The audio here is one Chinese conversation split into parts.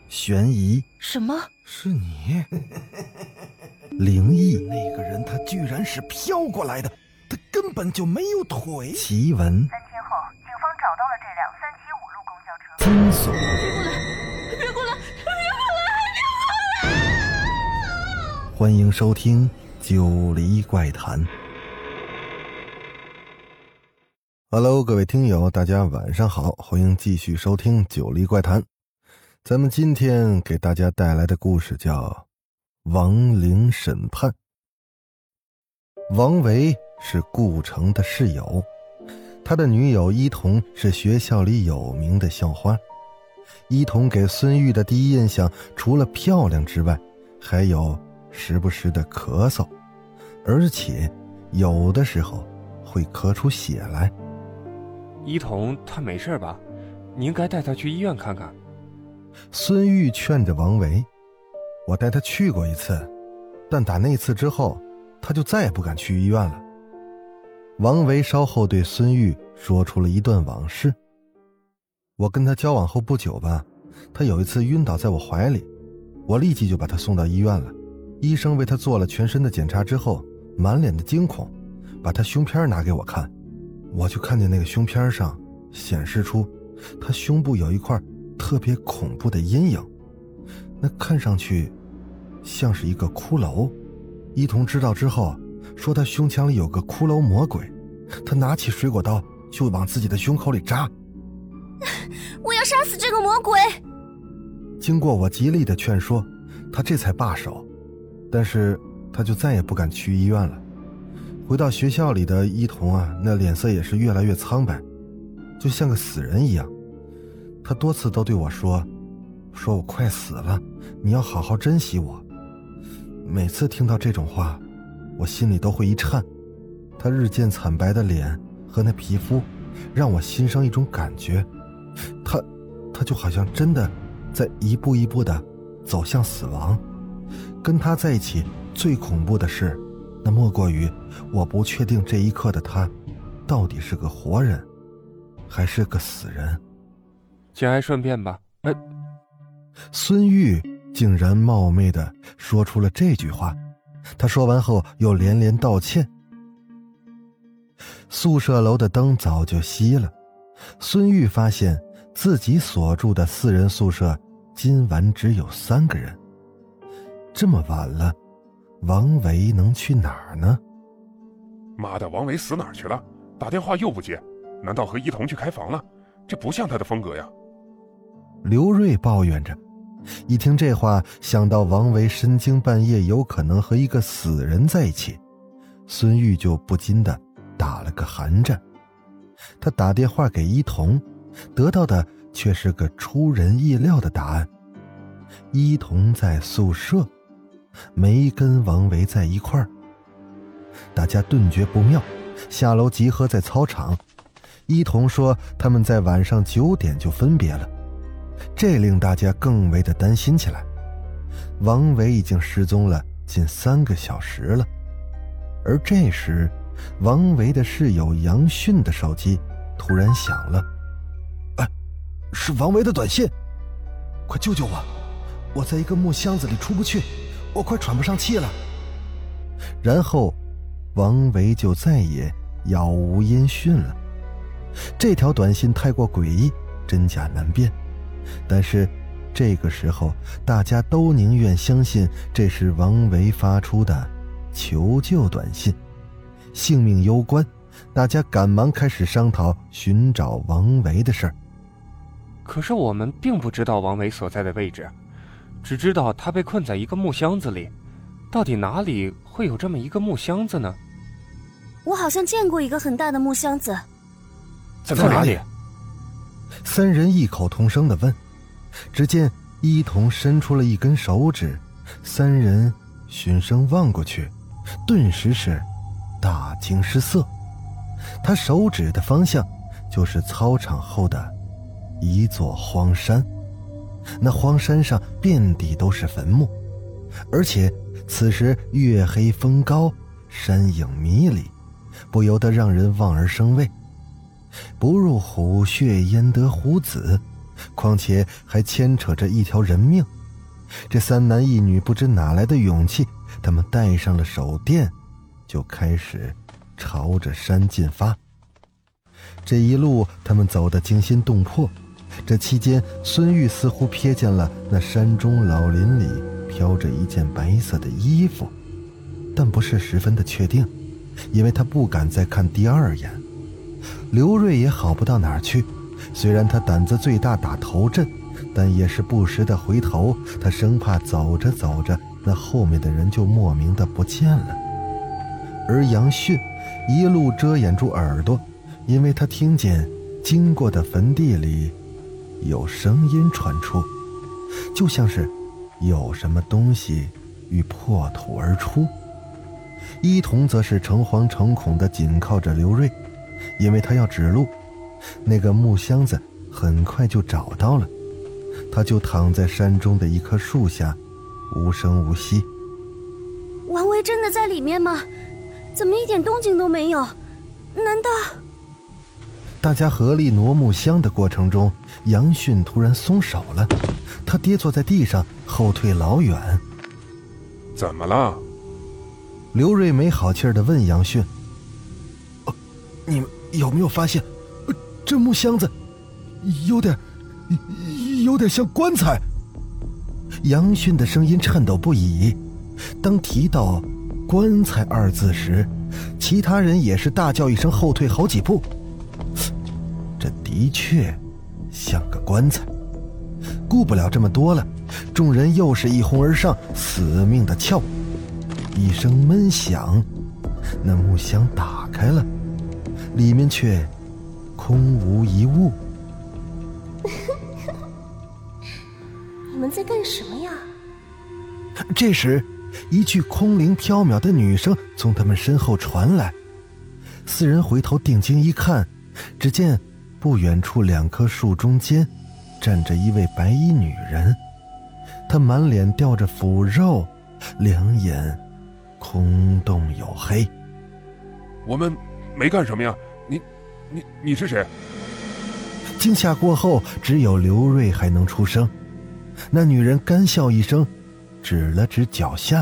悬疑， 什么？ 是你？ 灵异， 那个人他居然是飘过来的，他根本就没有腿。 奇闻，3 天后，警方找到了这辆375路公交车。 惊悚， 别过来！别过来！ 欢迎收听九黎怪谈。Hello， 各位听友，大家晚上好，欢迎继续收听九黎怪谈。咱们今天给大家带来的故事叫亡灵审判。王维是顾城的室友，他的女友伊童是学校里有名的校花。伊童给孙玉的第一印象除了漂亮之外，还有时不时的咳嗽，而且有的时候会咳出血来。 伊童她没事吧？你应该带她去医院看看。 孙玉劝着王维，我带他去过一次，但打那次之后他就再也不敢去医院了。王维稍后对孙玉说出了一段往事。我跟他交往后不久吧，他有一次晕倒在我怀里，我立即就把他送到医院了。医生为他做了全身的检查之后，满脸的惊恐，把他胸片拿给我看。我就看见那个胸片上显示出他胸部有一块特别恐怖的阴影，那看上去像是一个骷髅。伊童知道之后说他胸腔里有个骷髅魔鬼，他拿起水果刀就往自己的胸口里扎。 我要杀死这个魔鬼！ 经过我极力的劝说，他这才罢手，但是他就再也不敢去医院了。回到学校里的伊童啊，那脸色也是越来越苍白，就像个死人一样。他多次都对我说我快死了，你要好好珍惜我。每次听到这种话，我心里都会一颤。他日渐惨白的脸和那皮肤让我心生一种感觉，他就好像真的在一步一步的走向死亡。跟他在一起最恐怖的事，那莫过于我不确定这一刻的他到底是个活人还是个死人。 节哀顺变吧。 孙玉竟然冒昧地说出了这句话，他说完后又连连道歉。宿舍楼的灯早就熄了，孙玉发现自己所住的4人宿舍今晚只有3个人。这么晚了，王维能去哪儿呢？ 妈的，王维死哪儿去了？打电话又不接，难道和伊童去开房了？这不像他的风格呀。 刘瑞抱怨着。一听这话，想到王维深更半夜有可能和一个死人在一起，孙玉就不禁地打了个寒战。他打电话给伊童，得到的却是个出人意料的答案。伊童在宿舍，没跟王维在一块儿。大家顿觉不妙，下楼集合在操场。伊童说他们在晚上9点就分别了，这令大家更为的担心起来。王维已经失踪了近3个小时了。而这时，王维的室友杨迅的手机突然响了。是王维的短信，快救救我，我在一个木箱子里出不去，我快喘不上气了。然后王维就再也杳无音讯了。这条短信太过诡异，真假难辨，但是这个时候大家都宁愿相信这是王维发出的求救短信。性命攸关，大家赶忙开始商讨寻找王维的事儿。 可是我们并不知道王维所在的位置，只知道他被困在一个木箱子里。到底哪里会有这么一个木箱子呢？ 我好像见过一个很大的木箱子。 在哪里 ？3人异口同声地问。只见伊童伸出了一根手指，3人循声望过去，顿时是大惊失色。他手指的方向就是操场后的一座荒山，那荒山上遍地都是坟墓，而且此时月黑风高，山影迷离，不由得让人望而生畏。不入虎穴焉得虎子， 况且还牵扯着一条人命。这3男1女不知哪来的勇气，他们带上了手电，就开始朝着山进发。这一路他们走得惊心动魄，这期间孙玉似乎瞥见了那山中老林里飘着一件白色的衣服，但不是十分的确定，因为他不敢再看第2眼。刘瑞也好不到哪儿去，虽然他胆子最大打头阵，但也是不时的回头，他生怕走着走着那后面的人就莫名的不见了。而杨迅一路遮掩住耳朵，因为他听见经过的坟地里有声音传出，就像是有什么东西欲破土而出。一童则是诚惶诚恐地紧靠着刘瑞，因为他要指路。那个木箱子很快就找到了，他就躺在山中的一棵树下，无声无息。 王维真的在里面吗？怎么一点动静都没有？难道…… 大家合力挪木箱的过程中，杨迅突然松手了，他跌坐在地上，后退老远。 怎么了？ 刘瑞没好气地问杨迅：你们有没有发现，这木箱子有点像棺材？杨迅的声音颤抖不已。当提到棺材2字时，其他人也是大叫一声，后退好几步。这的确像个棺材。顾不了这么多了，众人又是一哄而上，死命的撬。一声闷响，那木箱打开了，里面却空无一物。 你们在干什么呀？ 这时一句空灵缥缈的女声从他们身后传来。4人回头定睛一看，只见不远处2棵树中间站着一位白衣女人，她满脸吊着腐肉，两眼空洞黝黑。 我们没干什么呀，你是谁？ 惊吓过后，只有刘瑞还能出声。那女人干笑一声，指了指脚下。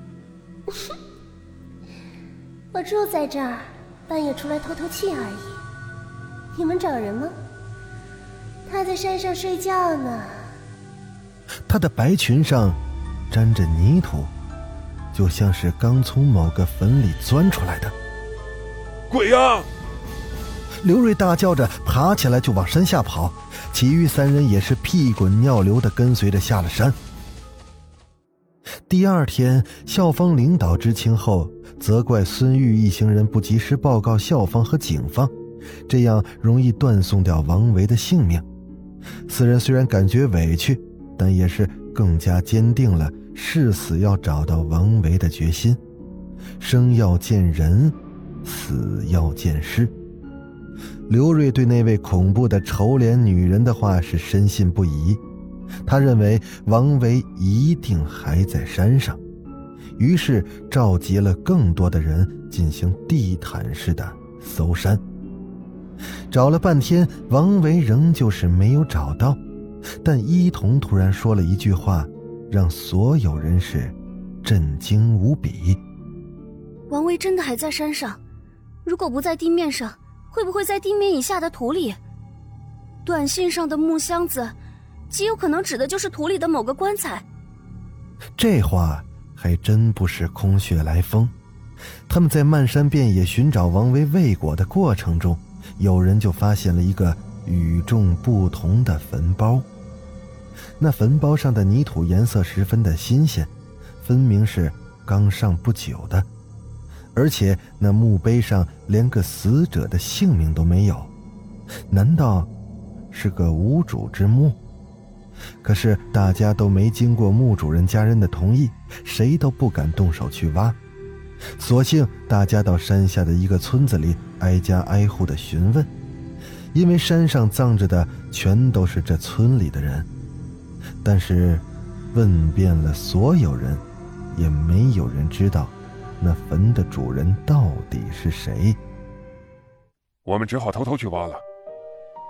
我住在这儿，半夜出来透透气而已。你们找人吗？他在山上睡觉呢。 她的白裙上沾着泥土，就像是刚从某个坟里钻出来的。 鬼呀！ 刘瑞大叫着爬起来就往山下跑，其余3人也是屁滚尿流地跟随着下了山。第2天，校方领导知情后，责怪孙玉一行人不及时报告校方和警方，这样容易断送掉王维的性命。4人虽然感觉委屈，但也是更加坚定了誓死要找到王维的决心。生要见人，死要见尸。刘瑞对那位恐怖的丑脸女人的话是深信不疑，他认为王维一定还在山上，于是召集了更多的人进行地毯式的搜山。找了半天，王维仍旧是没有找到，但一童突然说了一句话，让所有人是震惊无比。 王维真的还在山上？如果不在地面上，会不会在地面以下的土里？短信上的木箱子极有可能指的就是土里的某个棺材。 这话还真不是空穴来风。他们在漫山遍野寻找王维未果的过程中，有人就发现了一个与众不同的坟包。那坟包上的泥土颜色十分的新鲜，分明是刚上不久的，而且那墓碑上连个死者的姓名都没有，难道是个无主之墓？可是大家都没经过墓主人家人的同意，谁都不敢动手去挖。索性大家到山下的一个村子里挨家挨户的询问，因为山上葬着的全都是这村里的人。但是问遍了所有人，也没有人知道那坟的主人到底是谁。 我们只好偷偷去挖了。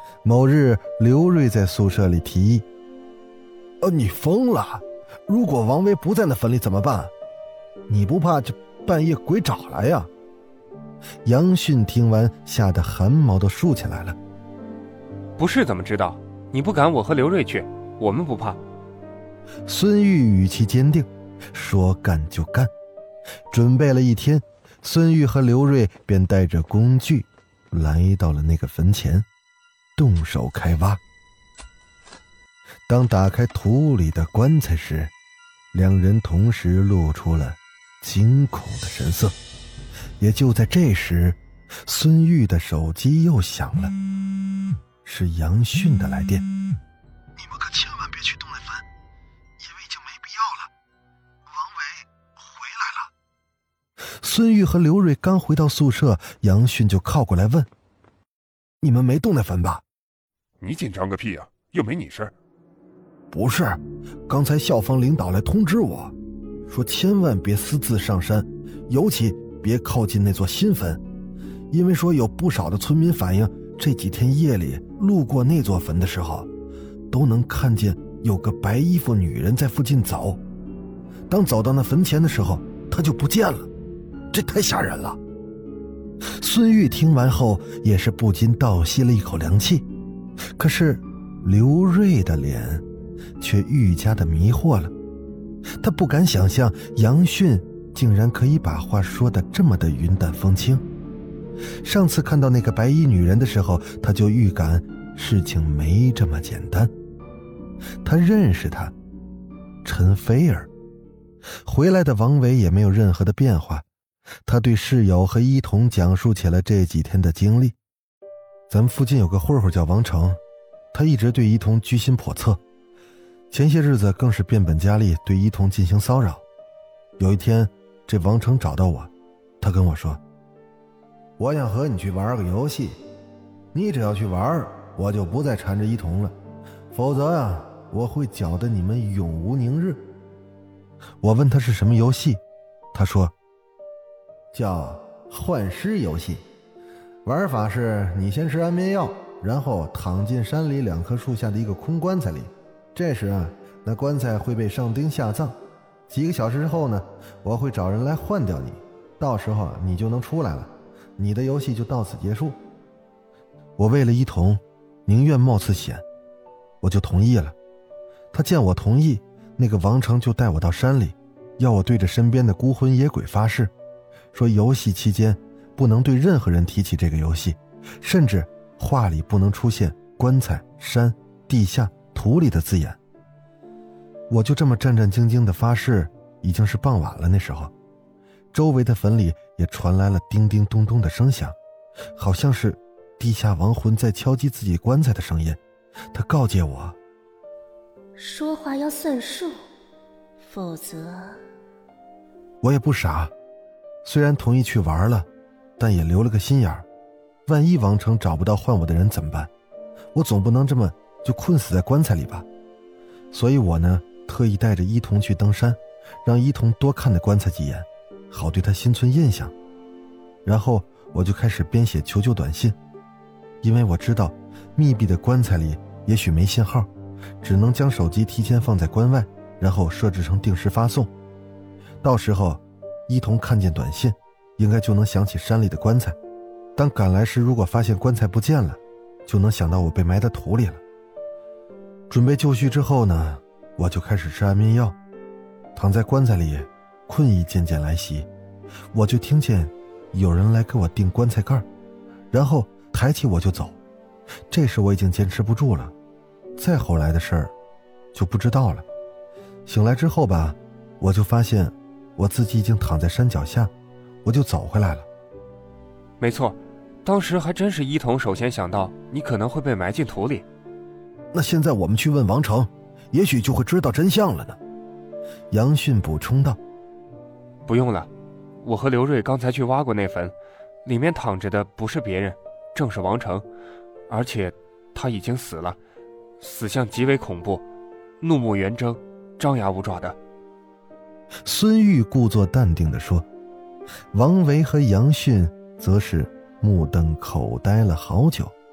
某日，刘瑞在宿舍里提议：“ 你疯了！如果王维不在那坟里怎么办？你不怕这半夜鬼找来呀？” 杨迅听完，吓得汗毛都竖起来了。 不是怎么知道？你不赶我和刘瑞去，我们不怕。 孙玉语气坚定，说干就干。准备了一天，孙玉和刘瑞便带着工具来到了那个坟前，动手开挖。当打开土里的棺材时，两人同时露出了惊恐的神色。也就在这时，孙玉的手机又响了，是杨迅的来电。 你们可千万别去动那坟，因为已经没必要了。王维回来了。 孙玉和刘瑞刚回到宿舍，杨迅就靠过来问：“ 你们没动那坟吧？”“ 你紧张个屁啊，又没你事。”“ 不是，刚才校方领导来通知我，说千万别私自上山，尤其别靠近那座新坟，因为说有不少的村民反映，这几天夜里路过那座坟的时候，都能看见有个白衣服女人在附近走。当走到那坟前的时候，她就不见了，这太吓人了。” 孙玉听完后也是不禁倒吸了一口凉气，可是刘瑞的脸却愈加的迷惑了。他不敢想象杨迅竟然可以把话说得这么的云淡风轻。上次看到那个白衣女人的时候，他就预感事情没这么简单。他认识她，陈菲儿。回来的王维也没有任何的变化，他对室友和一同讲述起了这几天的经历。咱们附近有个混混叫王成，他一直对一同居心叵测，前些日子更是变本加厉对一同进行骚扰。有一天，这王成找到我，他跟我说：“我想和你去玩个游戏，你只要去玩，我就不再缠着一同了，否则呀，我会搅得你们永无宁日。”我问他是什么游戏，他说叫换尸游戏，玩法是你先吃安眠药，然后躺进山里2棵树下的一个空棺材里，这时啊，那棺材会被上钉下葬，几个小时之后呢，我会找人来换掉你，到时候你就能出来了，你的游戏就到此结束。我为了一同，宁愿冒次险，我就同意了。他见我同意，那个王成就带我到山里，要我对着身边的孤魂野鬼发誓，说游戏期间不能对任何人提起这个游戏，甚至话里不能出现棺材、山、地下、土里的字眼。我就这么战战兢兢地发誓，已经是傍晚了。那时候周围的坟里也传来了叮叮咚咚的声响，好像是地下亡魂在敲击自己棺材的声音。他告诫我， 说话要算数，否则…… 我也不傻，虽然同意去玩了，但也留了个心眼儿，万一王成找不到换我的人怎么办？我总不能这么就困死在棺材里吧。所以我呢，特意带着一同去登山，让一同多看那棺材几眼，好对他心存印象。然后我就开始编写求救短信，因为我知道密闭的棺材里也许没信号，只能将手机提前放在棺外，然后设置成定时发送。到时候一同看见短信，应该就能想起山里的棺材，当赶来时如果发现棺材不见了，就能想到我被埋在土里了。准备就绪之后呢，我就开始吃安眠药，躺在棺材里，困意渐渐来袭，我就听见有人来给我钉棺材盖，然后抬起我就走。这时我已经坚持不住了，再后来的事儿就不知道了。醒来之后吧，我就发现我自己已经躺在山脚下，我就走回来了。 没错，当时还真是一同首先想到你可能会被埋进土里。 那现在我们去问王成，也许就会知道真相了呢。 杨迅补充道。 不用了，我和刘瑞刚才去挖过那坟，里面躺着的不是别人，正是王成，而且他已经死了，死相极为恐怖，怒目圆睁，张牙舞爪的。 孙玉故作淡定地说，王维和杨迅则是目瞪口呆了好久。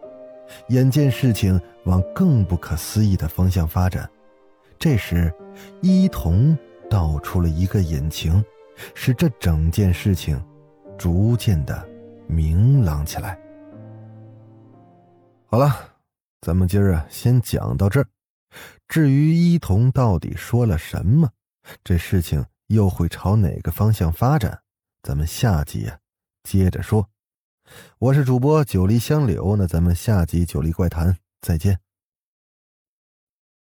眼见事情往更不可思议的方向发展，这时伊童道出了一个隐情，使这整件事情逐渐的明朗起来。好了，咱们今儿先讲到这儿。至于伊童到底说了什么，这事情又会朝哪个方向发展，咱们下集接着说。我是主播九黎香柳，那咱们下集九黎怪谈再见。